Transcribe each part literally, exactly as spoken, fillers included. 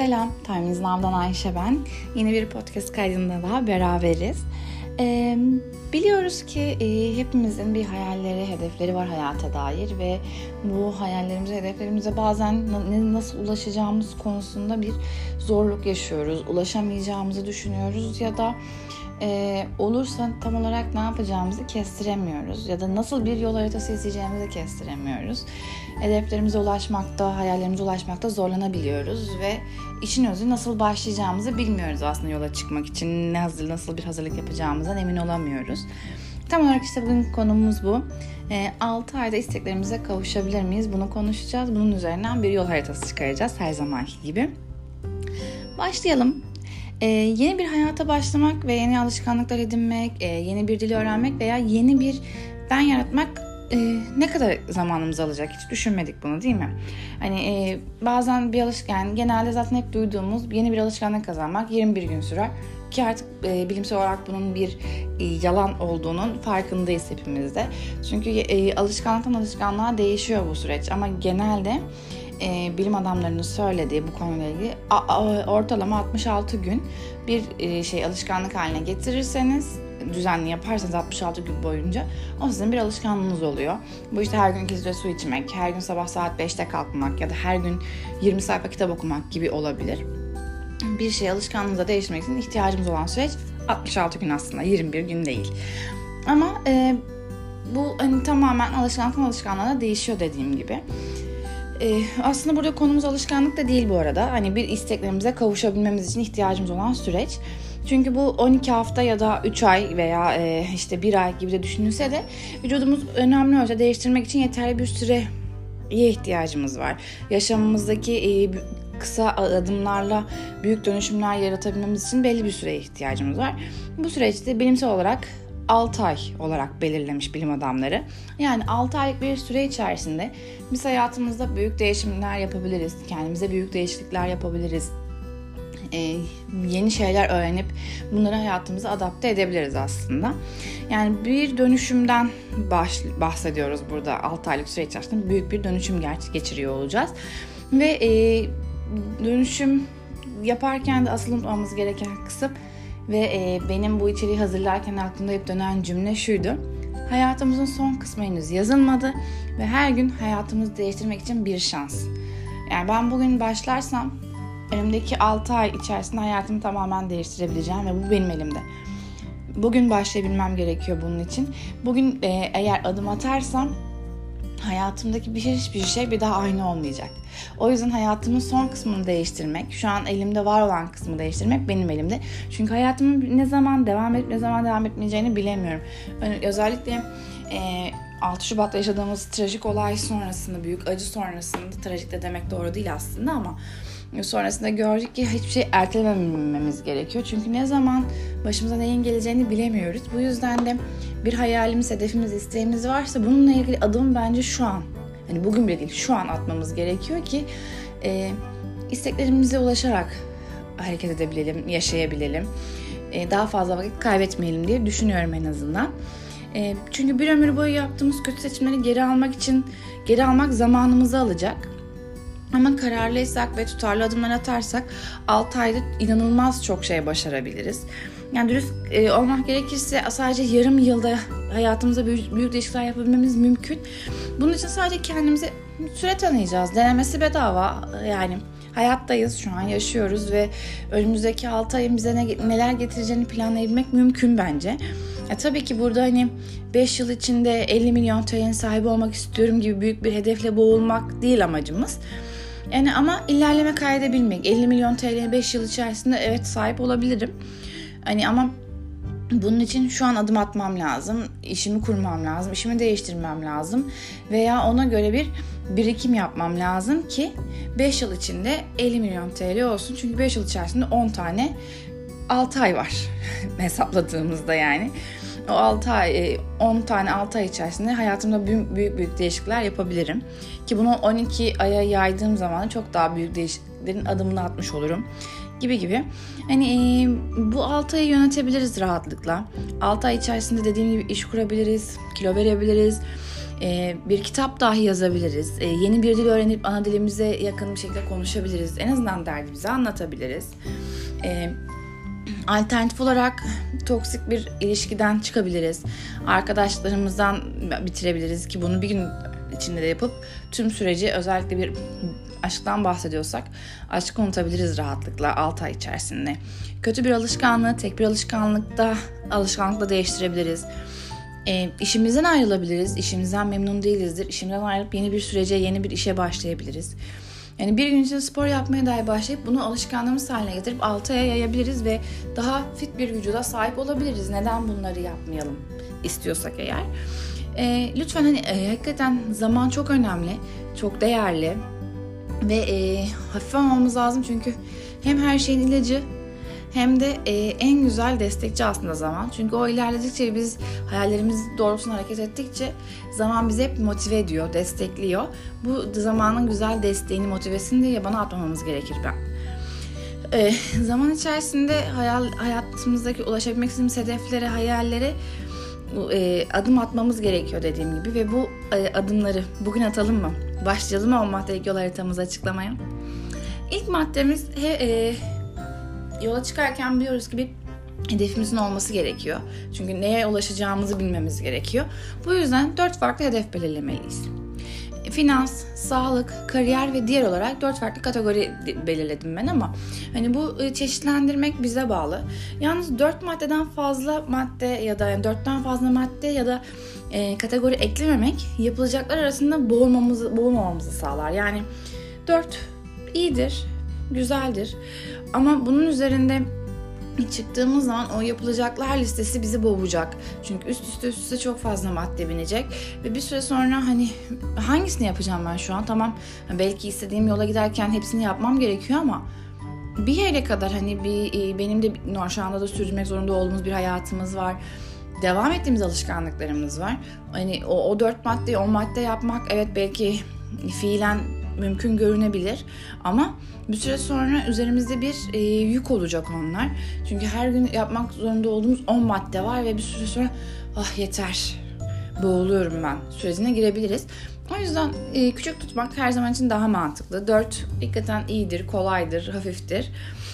Selam, Time is Now'dan Ayşe ben. Yeni bir podcast kaydında daha beraberiz. Ee, biliyoruz ki e, hepimizin bir hayalleri, hedefleri var hayata dair ve bu hayallerimize, hedeflerimize bazen n- nasıl ulaşacağımız konusunda bir zorluk yaşıyoruz. Ulaşamayacağımızı düşünüyoruz ya da e, olursa tam olarak ne yapacağımızı kestiremiyoruz ya da nasıl bir yol haritası izleyeceğimizi kestiremiyoruz. Hedeflerimize ulaşmakta, hayallerimize ulaşmakta zorlanabiliyoruz ve işin özü nasıl başlayacağımızı bilmiyoruz aslında yola çıkmak için. Ne hazır, nasıl bir hazırlık yapacağımızdan emin olamıyoruz. Tam olarak işte bugün konumuz bu. E, altı ayda isteklerimize kavuşabilir miyiz? Bunu konuşacağız. Bunun üzerinden bir yol haritası çıkaracağız her zamanki gibi. Başlayalım. Ee, yeni bir hayata başlamak ve yeni alışkanlıklar edinmek, e, yeni bir dil öğrenmek veya yeni bir ben yaratmak e, ne kadar zamanımızı alacak? Hiç düşünmedik bunu, değil mi? Hani e, bazen bir alışkanlık, yani genelde zaten hep duyduğumuz yeni bir alışkanlık kazanmak yirmi bir gün sürer. Ki artık e, bilimsel olarak bunun bir e, yalan olduğunun farkındayız hepimiz de. Çünkü e, alışkanlıktan alışkanlığa değişiyor bu süreç ama genelde E, bilim adamlarının söylediği bu konuyla ilgili a, a, ortalama altmış altı gün bir e, şey alışkanlık haline getirirseniz, düzenli yaparsanız altmış altı gün boyunca o sizin bir alışkanlığınız oluyor. Bu işte her gün iki litre su içmek, her gün sabah saat beşte kalkmak ya da her gün yirmi sayfa kitap okumak gibi olabilir. Bir şey alışkanlığınıza değiştirmek için ihtiyacımız olan süreç altmış altı gün aslında, yirmi bir gün değil. Ama e, bu hani tamamen alışkanlıktan alışkanlığa değişiyor dediğim gibi. Ee, aslında burada konumuz alışkanlık da değil bu arada. Hani bir isteklerimize kavuşabilmemiz için ihtiyacımız olan süreç. Çünkü bu on iki hafta ya da üç ay veya e, işte bir ay gibi de düşünülse de vücudumuz önemli ölçüde değiştirmek için yeterli bir süreye ihtiyacımız var. Yaşamımızdaki e, kısa adımlarla büyük dönüşümler yaratabilmemiz için belli bir süreye ihtiyacımız var. Bu süreçte bilimsel olarak altı ay olarak belirlemiş bilim adamları. Yani altı aylık bir süre içerisinde biz hayatımızda büyük değişimler yapabiliriz. Kendimize büyük değişiklikler yapabiliriz. Ee, yeni şeyler öğrenip bunları hayatımıza adapte edebiliriz aslında. Yani bir dönüşümden baş, bahsediyoruz burada. altı aylık süre içerisinde büyük bir dönüşüm geçiriyor olacağız. Ve e, dönüşüm yaparken de asıl unutmamamız gereken kısım ve e, benim bu içeriği hazırlarken aklımda hep dönen cümle şuydu. Hayatımızın son kısmı henüz yazılmadı ve her gün hayatımızı değiştirmek için bir şans. Yani ben bugün başlarsam önümdeki altı ay içerisinde hayatımı tamamen değiştirebileceğim ve bu benim elimde. Bugün başlayabilmem gerekiyor bunun için. Bugün e, eğer adım atarsam hayatımdaki bir şey, hiçbir şey bir daha aynı olmayacak. O yüzden hayatımın son kısmını değiştirmek, şu an elimde var olan kısmı değiştirmek benim elimde. Çünkü hayatımın ne zaman devam edip ne zaman devam etmeyeceğini bilemiyorum. Özellikle e, altı Şubat'ta yaşadığımız trajik olay sonrasında, büyük acı sonrasında, trajik de demek doğru değil aslında ama sonrasında gördük ki hiçbir şey ertelemememiz gerekiyor. Çünkü ne zaman başımıza neyin geleceğini bilemiyoruz. Bu yüzden de bir hayalimiz, hedefimiz, isteğimiz varsa bununla ilgili adım bence şu an, hani bugün bile değil, şu an atmamız gerekiyor ki e, isteklerimize ulaşarak hareket edebilelim, yaşayabilelim. E, daha fazla vakit kaybetmeyelim diye düşünüyorum en azından. E, çünkü bir ömür boyu yaptığımız kötü seçimleri geri almak için, geri almak zamanımızı alacak. Ama kararlıysak ve tutarlı adımlar atarsak altı ayda inanılmaz çok şey başarabiliriz. Yani dürüst e, olmak gerekirse sadece yarım yılda hayatımıza büyük, büyük değişiklikler yapabilmemiz mümkün. Bunun için sadece kendimize süre tanıyacağız. Denemesi bedava. Yani hayattayız, şu an yaşıyoruz ve önümüzdeki altı ayın bize ne, neler getireceğini planlayabilmek mümkün bence. Ya tabii ki burada hani beş yıl içinde elli milyon T L'nin sahibi olmak istiyorum gibi büyük bir hedefle boğulmak değil amacımız. Yani ama ilerleme kaydedebilmek. elli milyon T L'ye beş yıl içerisinde evet sahip olabilirim. Hani ama bunun için şu an adım atmam lazım. İşimi kurmam lazım. İşimi değiştirmem lazım. Veya ona göre bir birikim yapmam lazım ki beş yıl içinde elli milyon T L olsun. Çünkü beş yıl içerisinde on tane altı ay var hesapladığımızda yani. O altı ay, on tane altı ay içerisinde hayatımda büyük büyük, büyük değişiklikler yapabilirim. Ki bunu on iki aya yaydığım zaman çok daha büyük değişikliklerin adımını atmış olurum. Gibi gibi. Hani e, bu altı ayı yönetebiliriz rahatlıkla. altı ay içerisinde dediğim gibi iş kurabiliriz, kilo verebiliriz. E, bir kitap dahi yazabiliriz. E, yeni bir dil öğrenip ana dilimize yakın bir şekilde konuşabiliriz. En azından derdimizi anlatabiliriz. E, alternatif olarak toksik bir ilişkiden çıkabiliriz. Arkadaşlarımızdan bitirebiliriz ki bunu bir gün içinde de yapıp tüm süreci, özellikle bir aşktan bahsediyorsak, aşkı unutabiliriz rahatlıkla altı ay içerisinde. Kötü bir alışkanlığı tek bir alışkanlıkta alışkanlıkla değiştirebiliriz. E, işimizden ayrılabiliriz. İşimizden memnun değilizdir. İşimizden ayrılıp yeni bir sürece, yeni bir işe başlayabiliriz. Yani bir gün içinde spor yapmaya dair başlayıp bunu alışkanlığımız haline getirip altı aya yayabiliriz ve daha fit bir vücuda sahip olabiliriz. Neden bunları yapmayalım istiyorsak eğer. E, lütfen hani e, hakikaten zaman çok önemli, çok değerli ve e, hafif almamız lazım çünkü hem her şeyin ilacı hem de e, en güzel destekçi aslında zaman. Çünkü o ilerledikçe, biz hayallerimiz doğrultusunda hareket ettikçe zaman bizi hep motive ediyor, destekliyor. Bu zamanın güzel desteğini, motivesini de yabana atmamamız gerekir ben. E, zaman içerisinde hayal, hayatımızdaki ulaşabilmek istediğimiz hedeflere, hayallere e, adım atmamız gerekiyor dediğim gibi. Ve bu e, adımları bugün atalım mı? Başlayalım mı o maddelik yol haritamızı açıklamaya? İlk maddemiz he, e, yola çıkarken biliyoruz ki bir hedefimizin olması gerekiyor. Çünkü neye ulaşacağımızı bilmemiz gerekiyor. Bu yüzden dört farklı hedef belirlemeliyiz. Finans, sağlık, kariyer ve diğer olarak dört farklı kategori belirledim ben ama hani bu çeşitlendirmek bize bağlı. Yalnız dört maddeden fazla madde ya da yani dörtten fazla madde ya da e, kategori eklememek yapılacaklar arasında boğulmamızı, boğulmamamızı sağlar. Yani dört iyidir, güzeldir ama bunun üzerinde çıktığımız zaman o yapılacaklar listesi bizi boğacak. Çünkü üst üste üst üste çok fazla madde binecek ve bir süre sonra hani hangisini yapacağım ben şu an? Tamam, belki istediğim yola giderken hepsini yapmam gerekiyor ama bir yere kadar hani bir benim de şu anda da sürdürmek zorunda olduğumuz bir hayatımız var. Devam ettiğimiz alışkanlıklarımız var. Hani o, o dört maddeyi on madde yapmak evet belki fiilen mümkün görünebilir ama bir süre sonra üzerimizde bir e, yük olacak onlar. Çünkü her gün yapmak zorunda olduğumuz on madde var ve bir süre sonra ah yeter, boğuluyorum ben sürecine girebiliriz. O yüzden e, küçük tutmak her zaman için daha mantıklı. dört hakikaten iyidir, kolaydır, hafiftir.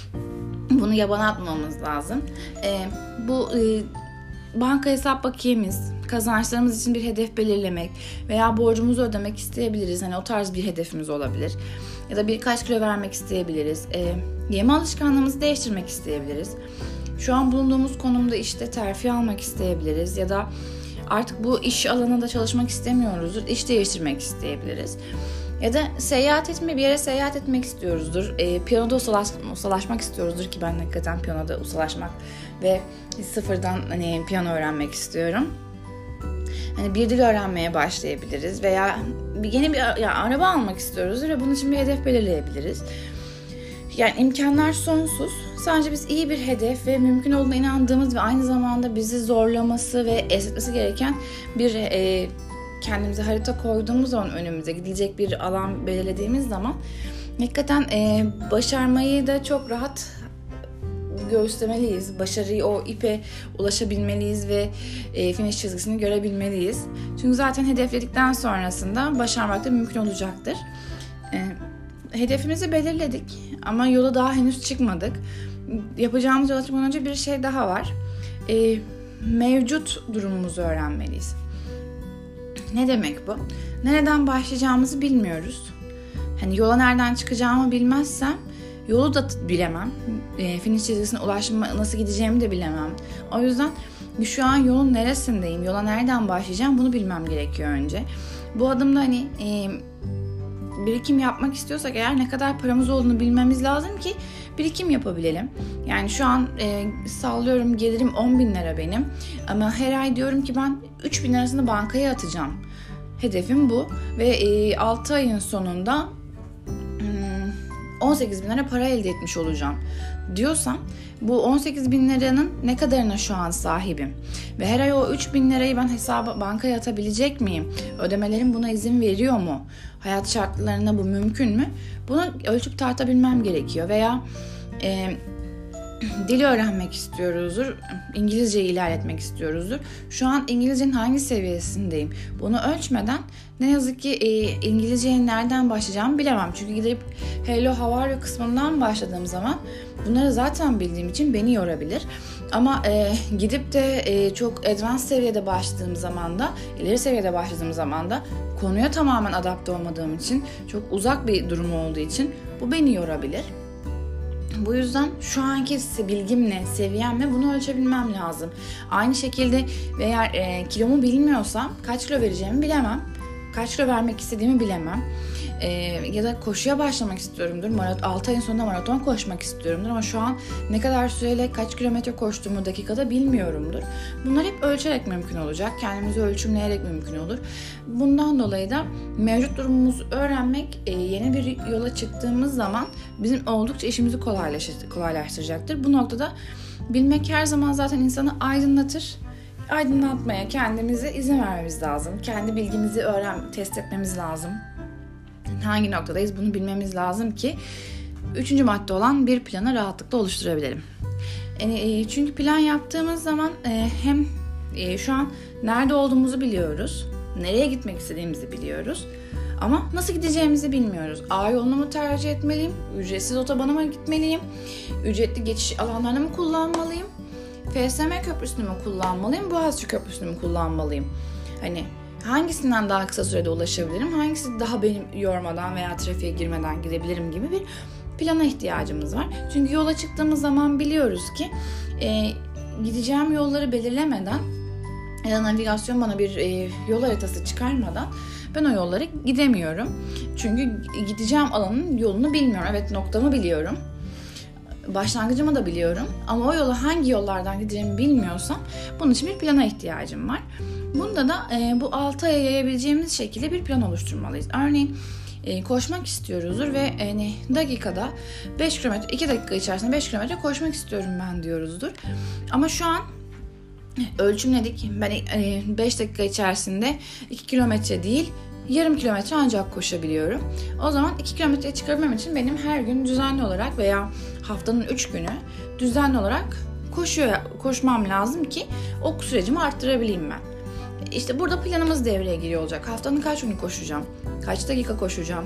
Bunu yabana atmamamız lazım. E, bu e, banka hesap bakiyemiz, kazançlarımız için bir hedef belirlemek veya borcumuzu ödemek isteyebiliriz. Hani o tarz bir hedefimiz olabilir. Ya da birkaç kilo vermek isteyebiliriz. E, yeme alışkanlığımızı değiştirmek isteyebiliriz. Şu an bulunduğumuz konumda işte terfi almak isteyebiliriz. Ya da artık bu iş alanında çalışmak istemiyoruzdur. İş değiştirmek isteyebiliriz. Ya da seyahat etme, bir yere seyahat etmek istiyoruzdur. E, piyanoda ustalaş, ustalaşmak istiyoruzdur ki ben hakikaten piyanoda ustalaşmak ve sıfırdan hani piyano öğrenmek istiyorum. Hani bir dil öğrenmeye başlayabiliriz veya bir yeni bir ya, araba almak istiyoruzdur ve bunun için bir hedef belirleyebiliriz. Yani imkanlar sonsuz. Sadece biz iyi bir hedef ve mümkün olduğuna inandığımız ve aynı zamanda bizi zorlaması ve esnetmesi gereken bir e, kendimize harita koyduğumuz zaman, önümüze gidilecek bir alan belirlediğimiz zaman hakikaten e, başarmayı da çok rahat göğüslemeliyiz. Başarıyı, o ipe ulaşabilmeliyiz ve e, finish çizgisini görebilmeliyiz. Çünkü zaten hedefledikten sonrasında başarmak da mümkün olacaktır. E, hedefimizi belirledik ama yola daha henüz çıkmadık. Yapacağımız yola çıkmadan önce bir şey daha var. E, mevcut durumumuzu öğrenmeliyiz. Ne demek bu? Nereden başlayacağımızı bilmiyoruz. Hani yola nereden çıkacağımı bilmezsem yolu da bilemem. E, finish çizgisine ulaşma, nasıl gideceğimi de bilemem. O yüzden şu an yolun neresindeyim, yola nereden başlayacağım bunu bilmem gerekiyor önce. Bu adımda hani e, birikim yapmak istiyorsak eğer ne kadar paramız olduğunu bilmemiz lazım ki birikim yapabilelim. Yani şu an e, sallıyorum gelirim on bin lira benim ama her ay diyorum ki ben üç bin lirasını bankaya atacağım. Hedefim bu ve e, altı ayın sonunda on sekiz bin lira para elde etmiş olacağım diyorsam bu on sekiz bin liranın ne kadarına şu an sahibim? Ve her ay o üç bin lirayı ben hesaba, bankaya atabilecek miyim? Ödemelerim buna izin veriyor mu? Hayat şartlarına bu mümkün mü? Bunu ölçüp tartabilmem gerekiyor. Veya e, dili öğrenmek istiyoruzdur, İngilizceyi ilerletmek istiyoruzdur. Şu an İngilizcenin hangi seviyesindeyim? Bunu ölçmeden ne yazık ki e, İngilizceye nereden başlayacağımı bilemem. Çünkü gidip hello how are you kısmından başladığım zaman bunları zaten bildiğim için beni yorabilir. Ama e, gidip de e, çok advanced seviyede başladığım zaman da, ileri seviyede başladığım zaman da konuya tamamen adapte olmadığım için, çok uzak bir durum olduğu için bu beni yorabilir. Bu yüzden şu anki bilgimle, seviyemle bunu ölçebilmem lazım. Aynı şekilde eğer e, kilomu bilmiyorsam kaç kilo vereceğimi bilemem. Kaç kilo vermek istediğimi bilemem. Ee, ya da koşuya başlamak istiyorumdur. Marat- altı ayın sonunda maraton koşmak istiyorumdur. Ama şu an ne kadar süreyle kaç kilometre koştuğumu dakikada bilmiyorumdur. Bunlar hep ölçerek mümkün olacak. Kendimizi ölçümleyerek mümkün olur. Bundan dolayı da mevcut durumumuzu öğrenmek e, yeni bir yola çıktığımız zaman bizim oldukça işimizi kolaylaştır- kolaylaştıracaktır. Bu noktada bilmek her zaman zaten insanı aydınlatır. Aydınlatmaya kendimize izin vermemiz lazım. Kendi bilgimizi öğren, test etmemiz lazım. Hangi noktadayız bunu bilmemiz lazım ki üçüncü madde olan bir planı rahatlıkla oluşturabilirim. Yani, çünkü plan yaptığımız zaman hem şu an nerede olduğumuzu biliyoruz, nereye gitmek istediğimizi biliyoruz ama nasıl gideceğimizi bilmiyoruz. A yolunu mu tercih etmeliyim, ücretsiz otobana mı gitmeliyim, ücretli geçiş alanlarını mı kullanmalıyım, F S M köprüsünü mü kullanmalıyım, Boğaziçi köprüsünü mü kullanmalıyım? Hani hangisinden daha kısa sürede ulaşabilirim, hangisi daha benim yormadan veya trafiğe girmeden gidebilirim gibi bir plana ihtiyacımız var. Çünkü yola çıktığımız zaman biliyoruz ki e, gideceğim yolları belirlemeden ya da navigasyon bana bir e, yol haritası çıkarmadan ben o yolları gidemiyorum. Çünkü gideceğim alanın yolunu bilmiyorum. Evet, noktamı biliyorum. Başlangıcımı da biliyorum. Ama o yola hangi yollardan gideceğimi bilmiyorsam bunun için bir plana ihtiyacım var. Bunda da e, bu altı aya yayabileceğimiz şekilde bir plan oluşturmalıyız. Örneğin e, koşmak istiyoruzdur ve e, dakikada beş kilometre, iki dakika içerisinde beş kilometre koşmak istiyorum ben diyoruzdur. Ama şu an ölçümledik. Ben e, beş dakika içerisinde iki kilometre değil, yarım kilometre ancak koşabiliyorum. O zaman iki kilometreye çıkabilmem için benim her gün düzenli olarak veya haftanın üç günü düzenli olarak koşuyor, koşmam lazım ki o sürecimi arttırabileyim ben. İşte burada planımız devreye giriyor olacak. Haftanın kaç günü koşacağım? Kaç dakika koşacağım?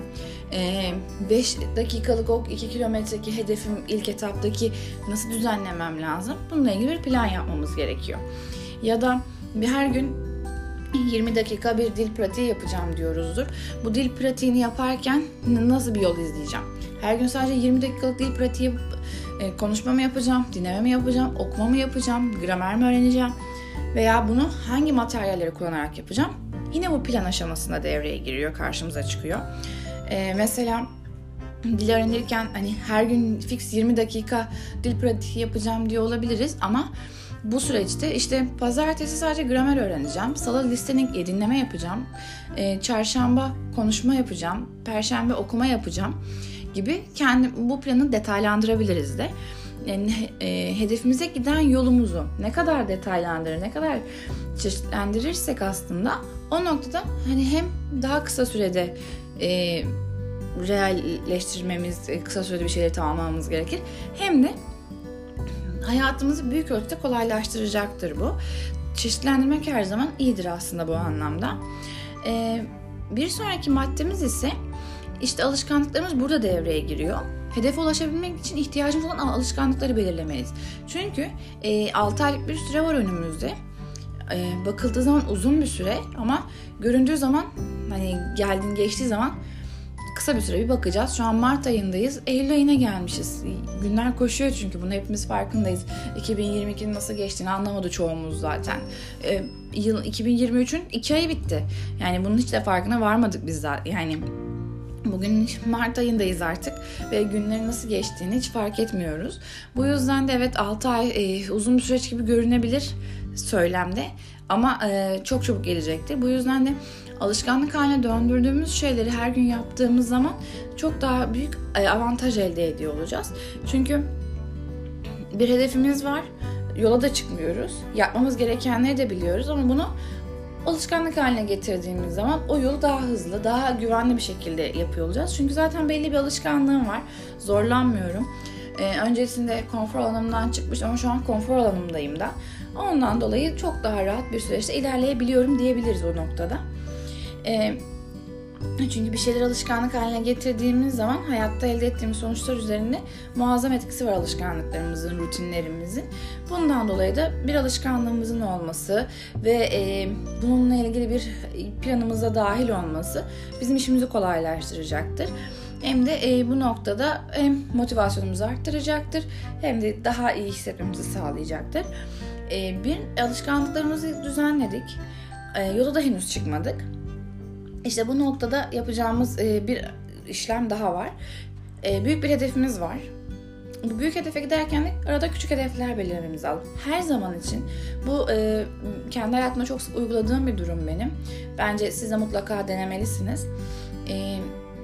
beş dakikalık o iki kilometredeki hedefim ilk etaptaki nasıl düzenlemem lazım? Bununla ilgili bir plan yapmamız gerekiyor. Ya da bir her gün yirmi dakika bir dil pratiği yapacağım diyoruzdur. Bu dil pratiğini yaparken nasıl bir yol izleyeceğim? Her gün sadece yirmi dakikalık dil pratiği konuşma mı yapacağım, dinleme mi yapacağım, okuma mı yapacağım, gramer mi öğreneceğim? Veya bunu hangi materyalleri kullanarak yapacağım? Yine bu plan aşamasında devreye giriyor, karşımıza çıkıyor. Ee, mesela dil öğrenirken hani her gün fix yirmi dakika dil pratiği yapacağım diye olabiliriz ama bu süreçte işte pazartesi sadece gramer öğreneceğim, salı listening dinleme yapacağım, ee, çarşamba konuşma yapacağım, perşembe okuma yapacağım gibi kendi bu planı detaylandırabiliriz de. Yani, e, hedefimize giden yolumuzu ne kadar detaylandırır, ne kadar çeşitlendirirsek aslında o noktada hani hem daha kısa sürede e, realleştirmemiz, kısa sürede bir şeyleri tamamlamamız gerekir. Hem de hayatımızı büyük ölçüde kolaylaştıracaktır bu. Çeşitlendirmek her zaman iyidir aslında bu anlamda. E, bir sonraki maddemiz ise işte alışkanlıklarımız burada devreye giriyor. Hedefe ulaşabilmek için ihtiyacımız olan alışkanlıkları belirlemeliyiz. Çünkü e, altı aylık bir süre var önümüzde. E, bakıldığı zaman uzun bir süre ama göründüğü zaman hani geldiğin geçtiği zaman kısa bir süre bir bakacağız. Şu an Mart ayındayız. Eylül ayına gelmişiz. Günler koşuyor çünkü bunu hepimiz farkındayız. iki bin yirmi ikinin nasıl geçtiğini anlamadı çoğumuz zaten. E, yıl iki bin yirmi üçün iki ayı bitti. Yani bunun hiç de farkına varmadık biz zaten. Yani bugün Mart ayındayız artık ve günlerin nasıl geçtiğini hiç fark etmiyoruz. Bu yüzden de evet altı ay e, uzun bir süreç gibi görünebilir söylemde ama e, çok çabuk gelecektir. Bu yüzden de alışkanlık haline döndürdüğümüz şeyleri her gün yaptığımız zaman çok daha büyük e, avantaj elde ediyor olacağız. Çünkü bir hedefimiz var, yola da çıkmıyoruz, yapmamız gerekenleri de biliyoruz ama bunu alışkanlık haline getirdiğimiz zaman o yolu daha hızlı, daha güvenli bir şekilde yapıyor olacağız. Çünkü zaten belli bir alışkanlığım var. Zorlanmıyorum. Ee, öncesinde konfor alanımdan çıkmış ama şu an konfor alanımdayım da. Ondan dolayı çok daha rahat bir süreçte ilerleyebiliyorum diyebiliriz o noktada. Ee, Çünkü bir şeyleri alışkanlık haline getirdiğimiz zaman hayatta elde ettiğimiz sonuçlar üzerinde muazzam etkisi var alışkanlıklarımızın, rutinlerimizin. Bundan dolayı da bir alışkanlığımızın olması ve e, bununla ilgili bir planımıza dahil olması bizim işimizi kolaylaştıracaktır. Hem de e, bu noktada hem motivasyonumuzu arttıracaktır hem de daha iyi hissetmemizi sağlayacaktır. E, bir alışkanlıklarımızı düzenledik. E, yola da henüz çıkmadık. İşte bu noktada yapacağımız e, bir işlem daha var. E, büyük bir hedefimiz var. Bu büyük hedefe giderken de arada küçük hedefler belirlememiz lazım. Her zaman için bu e, kendi hayatımda çok sık uyguladığım bir durum benim. Bence siz de mutlaka denemelisiniz. E,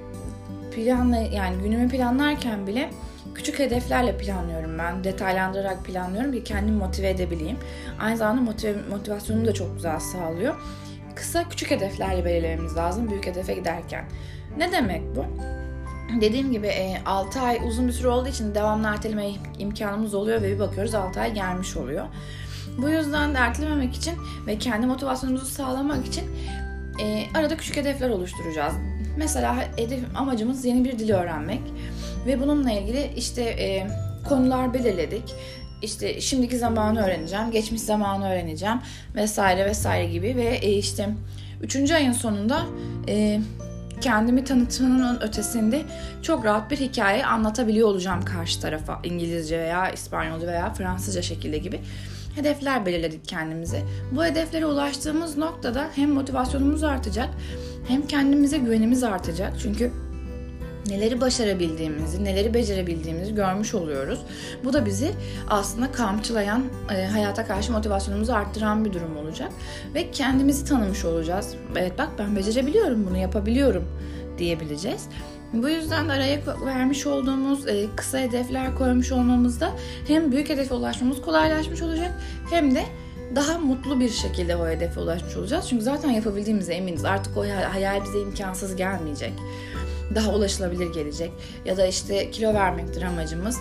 planla yani günümü planlarken bile küçük hedeflerle planlıyorum ben. Detaylandırarak planlıyorum ki kendimi motive edebileyim. Aynı zamanda motive, motivasyonumu da çok güzel sağlıyor. Kısa küçük hedeflerle belirlememiz lazım büyük hedefe giderken. Ne demek bu? Dediğim gibi altı ay uzun bir süre olduğu için devamlı erteleme imkanımız oluyor ve bir bakıyoruz altı ay gelmiş oluyor. Bu yüzden de ertelememek için ve kendi motivasyonumuzu sağlamak için e, arada küçük hedefler oluşturacağız. Mesela hedef amacımız yeni bir dil öğrenmek ve bununla ilgili işte e, konular belirledik. İşte şimdiki zamanı öğreneceğim, geçmiş zamanı öğreneceğim vesaire vesaire gibi ve e, işte üçüncü ayın sonunda e, kendimi tanıtmanın ötesinde çok rahat bir hikaye anlatabiliyor olacağım karşı tarafa. İngilizce veya İspanyolca veya Fransızca şekilde gibi hedefler belirledik kendimize. Bu hedeflere ulaştığımız noktada hem motivasyonumuz artacak hem kendimize güvenimiz artacak. Çünkü neleri başarabildiğimizi, neleri becerebildiğimizi görmüş oluyoruz. Bu da bizi aslında kamçılayan, e, hayata karşı motivasyonumuzu arttıran bir durum olacak. Ve kendimizi tanımış olacağız. Evet bak ben becerebiliyorum, bunu yapabiliyorum diyebileceğiz. Bu yüzden de araya vermiş olduğumuz e, kısa hedefler koymuş olmamızda hem büyük hedefe ulaşmamız kolaylaşmış olacak hem de daha mutlu bir şekilde o hedefe ulaşmış olacağız. Çünkü zaten yapabildiğimize eminiz. Artık o hayal bize imkansız gelmeyecek. Daha ulaşılabilir gelecek. Ya da işte kilo vermektir amacımız.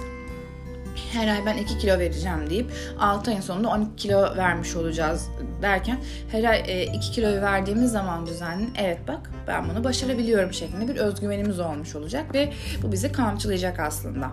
Her ay ben iki kilo vereceğim deyip altı ayın sonunda on iki kilo vermiş olacağız derken her ay iki kiloyu verdiğimiz zaman düzenli evet bak ben bunu başarabiliyorum şeklinde bir özgüvenimiz olmuş olacak ve bu bizi kamçılayacak aslında.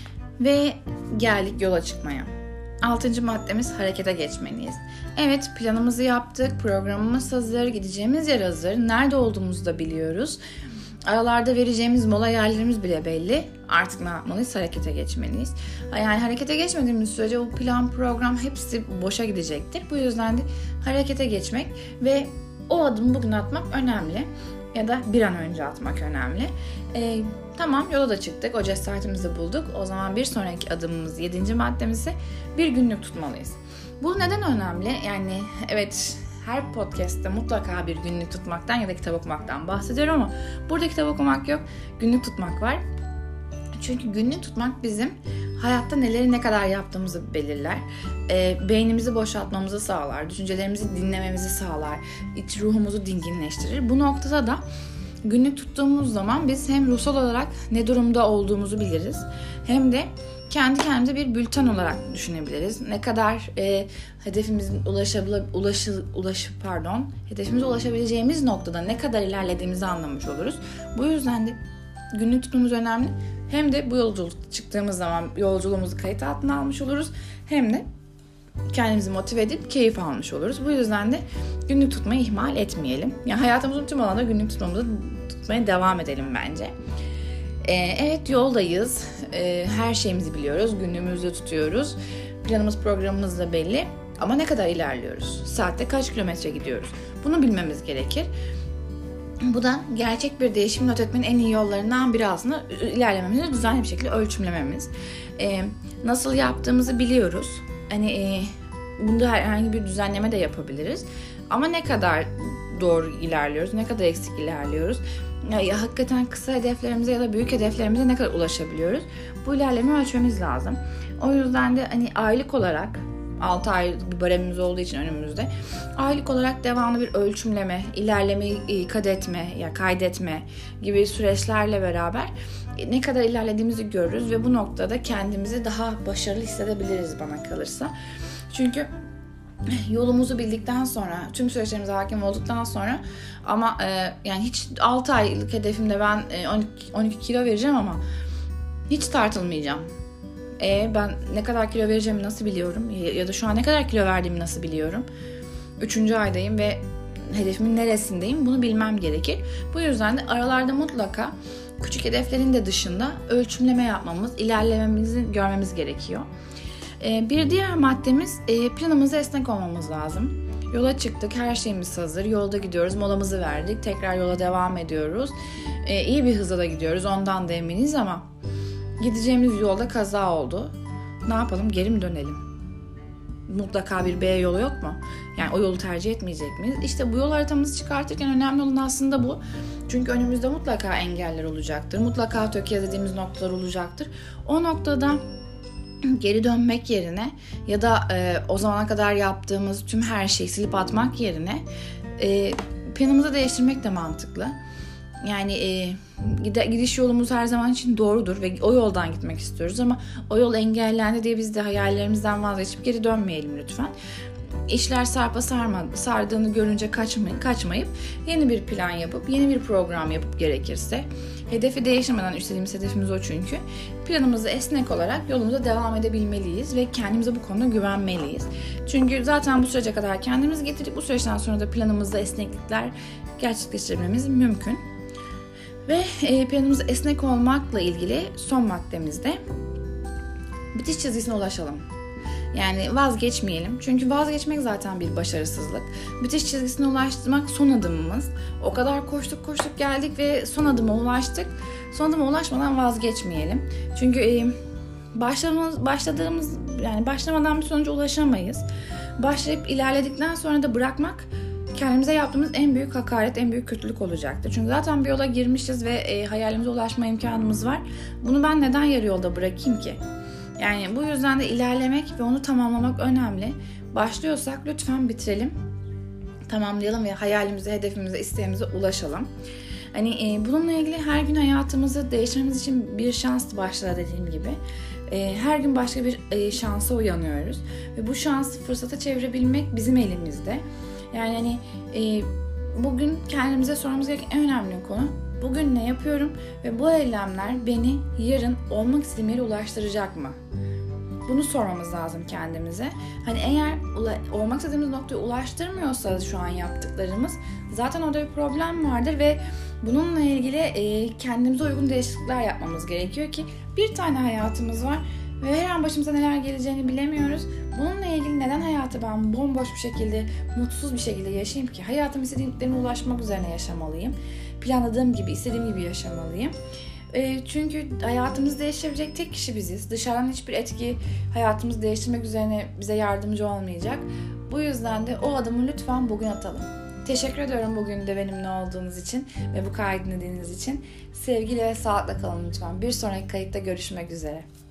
Ve geldik yola çıkmaya. Altıncı maddemiz harekete geçmeliyiz. Evet planımızı yaptık, programımız hazır, gideceğimiz yer hazır, nerede olduğumuzu da biliyoruz. Aralarda vereceğimiz mola yerlerimiz bile belli. Artık ne yapmalıyız? Harekete geçmeliyiz. Yani harekete geçmediğimiz sürece o plan, program hepsi boşa gidecektir. Bu yüzden de harekete geçmek ve o adımı bugün atmak önemli. Ya da bir an önce atmak önemli. Ee, tamam yola da çıktık. O cesaretimizi bulduk. O zaman bir sonraki adımımız, yedinci maddemizi bir günlük tutmalıyız. Bu neden önemli? Yani evet... Her podcast'te mutlaka bir günlük tutmaktan ya da kitap okumaktan bahsediyorum ama burada kitap okumak yok, günlük tutmak var. Çünkü günlük tutmak bizim hayatta neleri ne kadar yaptığımızı belirler. E, beynimizi boşaltmamızı sağlar, düşüncelerimizi dinlememizi sağlar, iç ruhumuzu dinginleştirir. Bu noktada da günlük tuttuğumuz zaman biz hem ruhsal olarak ne durumda olduğumuzu biliriz hem de kendi kendimize bir bülten olarak düşünebiliriz. Ne kadar e, hedefimizin ulaşabile, ulaşı, ulaşı, pardon, hedefimize ulaşabileceğimiz noktada ne kadar ilerlediğimizi anlamış oluruz. Bu yüzden de günlük tutmamız önemli. Hem de bu yolculuk çıktığımız zaman yolculuğumuzu kayıt altına almış oluruz. Hem de kendimizi motive edip keyif almış oluruz. Bu yüzden de günlük tutmayı ihmal etmeyelim. Yani hayatımızın tüm alanda günlük tutmamızı tutmaya devam edelim bence. Ee, evet yoldayız. Ee, her şeyimizi biliyoruz. Günlüğümüzü tutuyoruz. Planımız programımız da belli. Ama ne kadar ilerliyoruz? Saatte kaç kilometre gidiyoruz? Bunu bilmemiz gerekir. Bu da gerçek bir değişim not etmenin en iyi yollarından biri aslında ilerlememizi düzenli bir şekilde ölçümlememiz. Ee, nasıl yaptığımızı biliyoruz. Hani e, bunda herhangi bir düzenleme de yapabiliriz. Ama ne kadar doğru ilerliyoruz, ne kadar eksik ilerliyoruz? Ya, ya hakikaten kısa hedeflerimize ya da büyük hedeflerimize ne kadar ulaşabiliyoruz? Bu ilerleme ölçmemiz lazım. O yüzden de hani aylık olarak altı ay bir baremimiz olduğu için önümüzde aylık olarak devamlı bir ölçümleme, ilerlemeyi kaydetme ya kaydetme gibi süreçlerle beraber ne kadar ilerlediğimizi görürüz ve bu noktada kendimizi daha başarılı hissedebiliriz bana kalırsa. Çünkü yolumuzu bildikten sonra, tüm süreçlerimize hakim olduktan sonra ama e, yani hiç altı aylık hedefimde ben e, on iki, on iki kilo vereceğim ama hiç tartılmayacağım. E, ben ne kadar kilo vereceğimi nasıl biliyorum? Ya da şu an ne kadar kilo verdiğimi nasıl biliyorum? Üçüncü aydayım ve hedefimin neresindeyim? Bunu bilmem gerekir. Bu yüzden de aralarda mutlaka küçük hedeflerin de dışında ölçümleme yapmamız, ilerlememizi görmemiz gerekiyor. Bir diğer maddemiz planımıza esnek olmamız lazım. Yola çıktık, her şeyimiz hazır, yolda gidiyoruz, molamızı verdik, tekrar yola devam ediyoruz. İyi bir hızla da gidiyoruz, ondan da eminiz ama gideceğimiz yolda kaza oldu. Ne yapalım, geri mi dönelim? Mutlaka bir B yolu yok mu? Yani o yolu tercih etmeyecek miyiz? İşte bu yol haritamızı çıkartırken önemli olan aslında bu. Çünkü önümüzde mutlaka engeller olacaktır. Mutlaka tökezlediğimiz noktalar olacaktır. O noktada geri dönmek yerine ya da e, o zamana kadar yaptığımız tüm her şeyi silip atmak yerine e, planımızı değiştirmek de mantıklı. Yani e, gidiş yolumuz her zaman için doğrudur ve o yoldan gitmek istiyoruz ama o yol engellendi diye biz de hayallerimizden vazgeçip geri dönmeyelim lütfen. İşler sarpa sarma, sardığını görünce kaçmayın, kaçmayıp yeni bir plan yapıp yeni bir program yapıp gerekirse hedefi değiştirmeden, üstelediğimiz hedefimiz o çünkü, planımızı esnek olarak yolumuza devam edebilmeliyiz ve kendimize bu konuda güvenmeliyiz. Çünkü zaten bu sürece kadar kendimiz getirdik, bu süreçten sonra da planımızda esneklikler gerçekleştirmemiz mümkün. Ve planımız esnek olmakla ilgili son maddemizde bitiş çizgisine ulaşalım. Yani vazgeçmeyelim. Çünkü vazgeçmek zaten bir başarısızlık. Bitiş çizgisine ulaşmak son adımımız. O kadar koştuk koştuk geldik ve son adıma ulaştık. Son adıma ulaşmadan vazgeçmeyelim. Çünkü e, başladığımız, başladığımız yani başlamadan bir sonuca ulaşamayız. Başlayıp ilerledikten sonra da bırakmak kendimize yaptığımız en büyük hakaret, en büyük kötülük olacaktır. Çünkü zaten bir yola girmişiz ve e, hayalimize ulaşma imkanımız var. Bunu ben neden yarı yolda bırakayım ki? Yani bu yüzden de ilerlemek ve onu tamamlamak önemli. Başlıyorsak lütfen bitirelim, tamamlayalım ve hayalimize, hedefimize, isteğimize ulaşalım. Hani e, bununla ilgili her gün hayatımızı değiştirmemiz için bir şans başlar dediğim gibi. E, her gün başka bir e, şansa uyanıyoruz ve bu şansı fırsata çevirebilmek bizim elimizde. Yani hani e, bugün kendimize sormamız gereken en önemli konu, bugün ne yapıyorum ve bu eylemler beni yarın olmak istediğim yere ulaştıracak mı? Bunu sormamız lazım kendimize. Hani eğer ula- olmak istediğimiz noktaya ulaştırmıyorsa şu an yaptıklarımız, zaten orada bir problem vardır ve bununla ilgili e, kendimize uygun değişiklikler yapmamız gerekiyor ki bir tane hayatımız var ve her an başımıza neler geleceğini bilemiyoruz. Bununla ilgili neden hayatı ben bomboş bir şekilde, mutsuz bir şekilde yaşayayım ki? Hayatım istediklerime ulaşmak üzerine yaşamalıyım. Planladığım gibi, istediğim gibi yaşamalıyım. E, çünkü hayatımızı değiştirebilecek tek kişi biziz. Dışarıdan hiçbir etki hayatımızı değiştirmek üzerine bize yardımcı olmayacak. Bu yüzden de o adımı lütfen bugün atalım. Teşekkür ediyorum bugün de benimle olduğunuz için ve bu kaydı dinlediğiniz için. Sevgiyle ve sağlıkla kalın lütfen. Bir sonraki kayıtta görüşmek üzere.